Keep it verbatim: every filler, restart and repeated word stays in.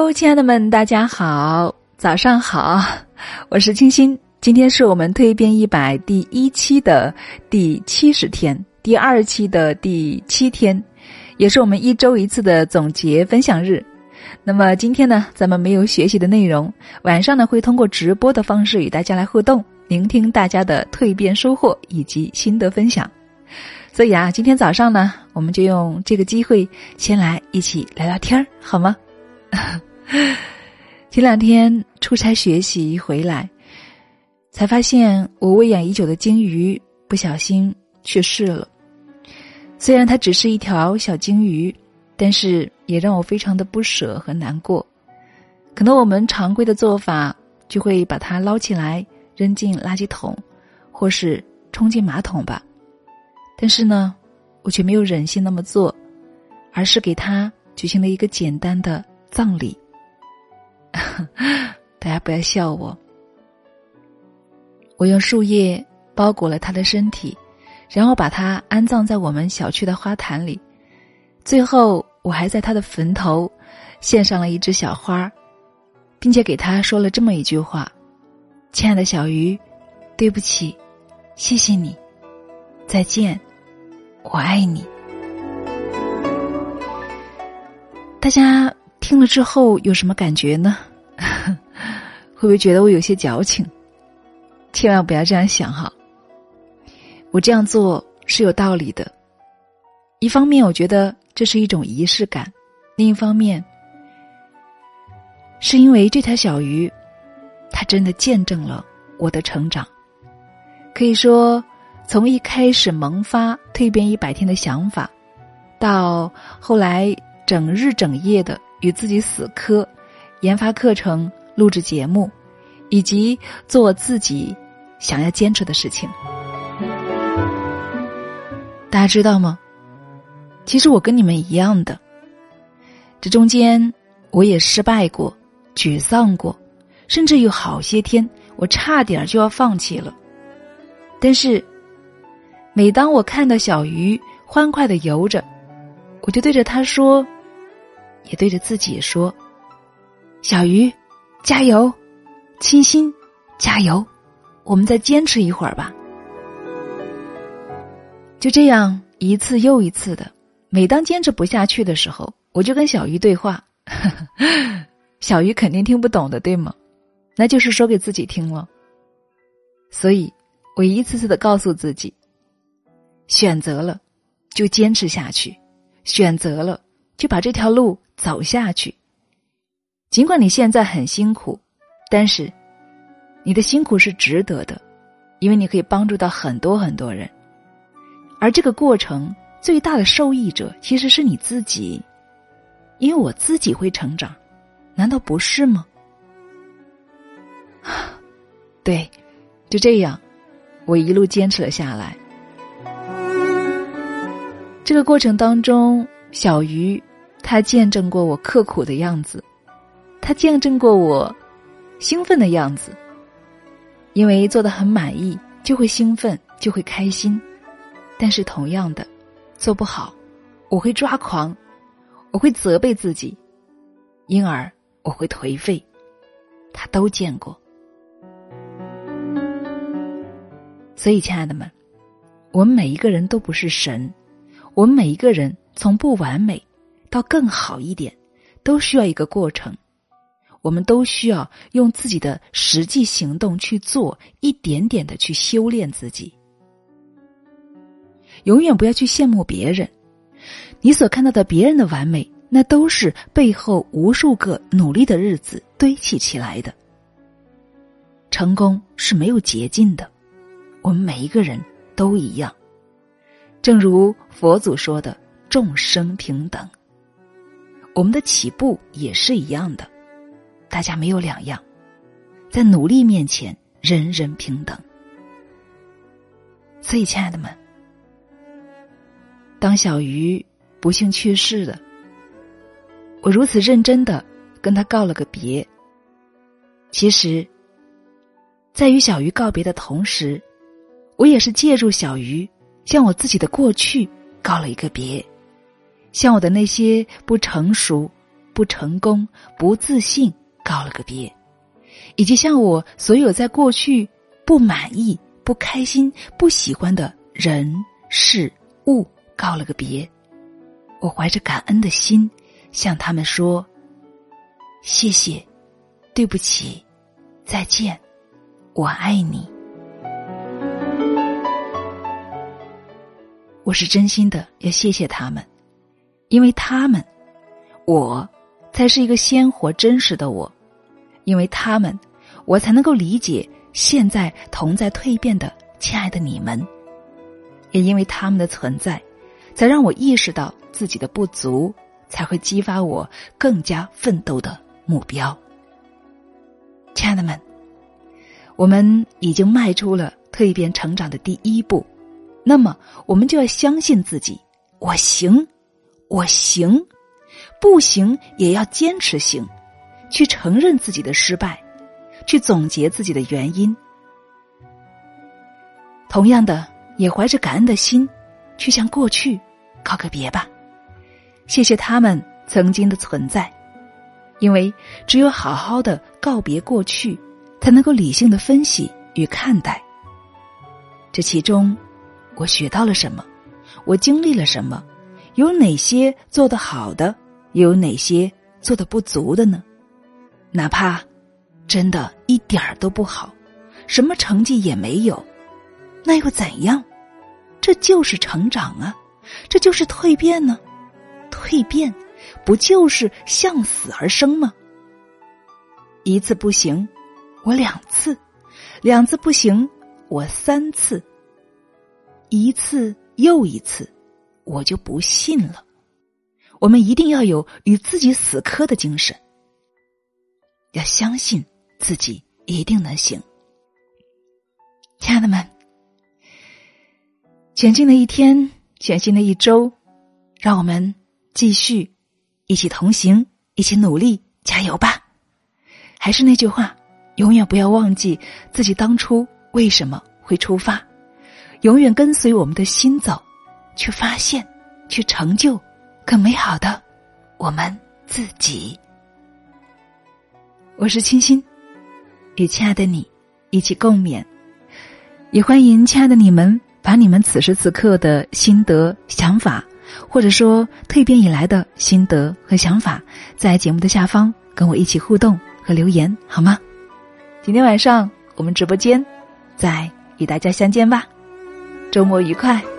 Hello， 亲爱的们，大家好，早上好，我是清新。今天是我们蜕变一百第一期的第七十天，第二期的第七天，也是我们一周一次的总结分享日。那么今天呢，咱们没有学习的内容，晚上呢会通过直播的方式与大家来互动，聆听大家的蜕变收获以及心得分享。所以啊，今天早上呢，我们就用这个机会先来一起聊聊天，好吗？前两天出差学习回来，才发现我喂养已久的鲸鱼不小心去世了。虽然它只是一条小鲸鱼，但是也让我非常的不舍和难过。可能我们常规的做法就会把它捞起来扔进垃圾桶，或是冲进马桶吧。但是呢，我却没有忍心那么做，而是给它举行了一个简单的葬礼。大家不要笑我。我用树叶包裹了他的身体，然后把他安葬在我们小区的花坛里。最后我还在他的坟头献上了一只小花，并且给他说了这么一句话：亲爱的小鱼，对不起，谢谢你，再见，我爱你。大家听了之后有什么感觉呢？会不会觉得我有些矫情？千万不要这样想哈。我这样做是有道理的。一方面我觉得这是一种仪式感，另一方面是因为这条小鱼它真的见证了我的成长。可以说从一开始萌发蜕变一百天的想法，到后来整日整夜的与自己死磕，研发课程，录制节目，以及做自己想要坚持的事情。大家知道吗？其实我跟你们一样的，这中间我也失败过，沮丧过，甚至有好些天我差点就要放弃了。但是每当我看到小鱼欢快地游着，我就对着它说，也对着自己说，小鱼加油，清新加油，我们再坚持一会儿吧。就这样一次又一次的，每当坚持不下去的时候，我就跟小鱼对话。小鱼肯定听不懂的，对吗？那就是说给自己听了。所以我一次次的告诉自己，选择了就坚持下去，选择了就把这条路走下去。尽管你现在很辛苦，但是你的辛苦是值得的，因为你可以帮助到很多很多人。而这个过程最大的受益者其实是你自己，因为我自己会成长，难道不是吗？对，就这样我一路坚持了下来。这个过程当中，小鱼它见证过我刻苦的样子，它见证过我兴奋的样子。因为做得很满意，就会兴奋，就会开心。但是同样的，做不好，我会抓狂，我会责备自己，因而我会颓废。他都见过。所以亲爱的们，我们每一个人都不是神，我们每一个人从不完美到更好一点，都需要一个过程。我们都需要用自己的实际行动去做，一点点的去修炼自己。永远不要去羡慕别人，你所看到的别人的完美，那都是背后无数个努力的日子堆砌起来的。成功是没有捷径的，我们每一个人都一样。正如佛祖说的，众生平等。我们的起步也是一样的，大家没有两样，在努力面前人人平等。所以亲爱的们，当小鱼不幸去世了，我如此认真地跟他告了个别。其实在与小鱼告别的同时，我也是借助小鱼向我自己的过去告了一个别，向我的那些不成熟、 不成功、不自信告了个别，以及向我所有在过去不满意、不开心、不喜欢的人、事、物告了个别。我怀着感恩的心向他们说：谢谢，对不起，再见，我爱你。我是真心的要谢谢他们，因为他们，我才是一个鲜活真实的我，因为他们，我才能够理解现在同在蜕变的亲爱的你们，也因为他们的存在，才让我意识到自己的不足，才会激发我更加奋斗的目标。亲爱的们，我们已经迈出了蜕变成长的第一步，那么我们就要相信自己，我行，我行，不行也要坚持行，去承认自己的失败，去总结自己的原因。同样的，也怀着感恩的心，去向过去告个别吧。谢谢他们曾经的存在，因为只有好好的告别过去，才能够理性的分析与看待。这其中，我学到了什么？我经历了什么？有哪些做得好的？有哪些做得不足的呢？哪怕真的一点儿都不好，什么成绩也没有，那又怎样？这就是成长啊，这就是蜕变呢。蜕变不就是向死而生吗？一次不行，我两次；两次不行，我三次；一次又一次，我就不信了。我们一定要有与自己死磕的精神，要相信自己一定能行。亲爱的们，全新的一天，全新的一周，让我们继续一起同行，一起努力，加油吧！还是那句话，永远不要忘记自己当初为什么会出发，永远跟随我们的心走，去发现，去成就更美好的我们自己。我是清新，与亲爱的你一起共勉，也欢迎亲爱的你们把你们此时此刻的心得想法，或者说蜕变以来的心得和想法，在节目的下方跟我一起互动和留言，好吗？今天晚上我们直播间再与大家相见吧，周末愉快。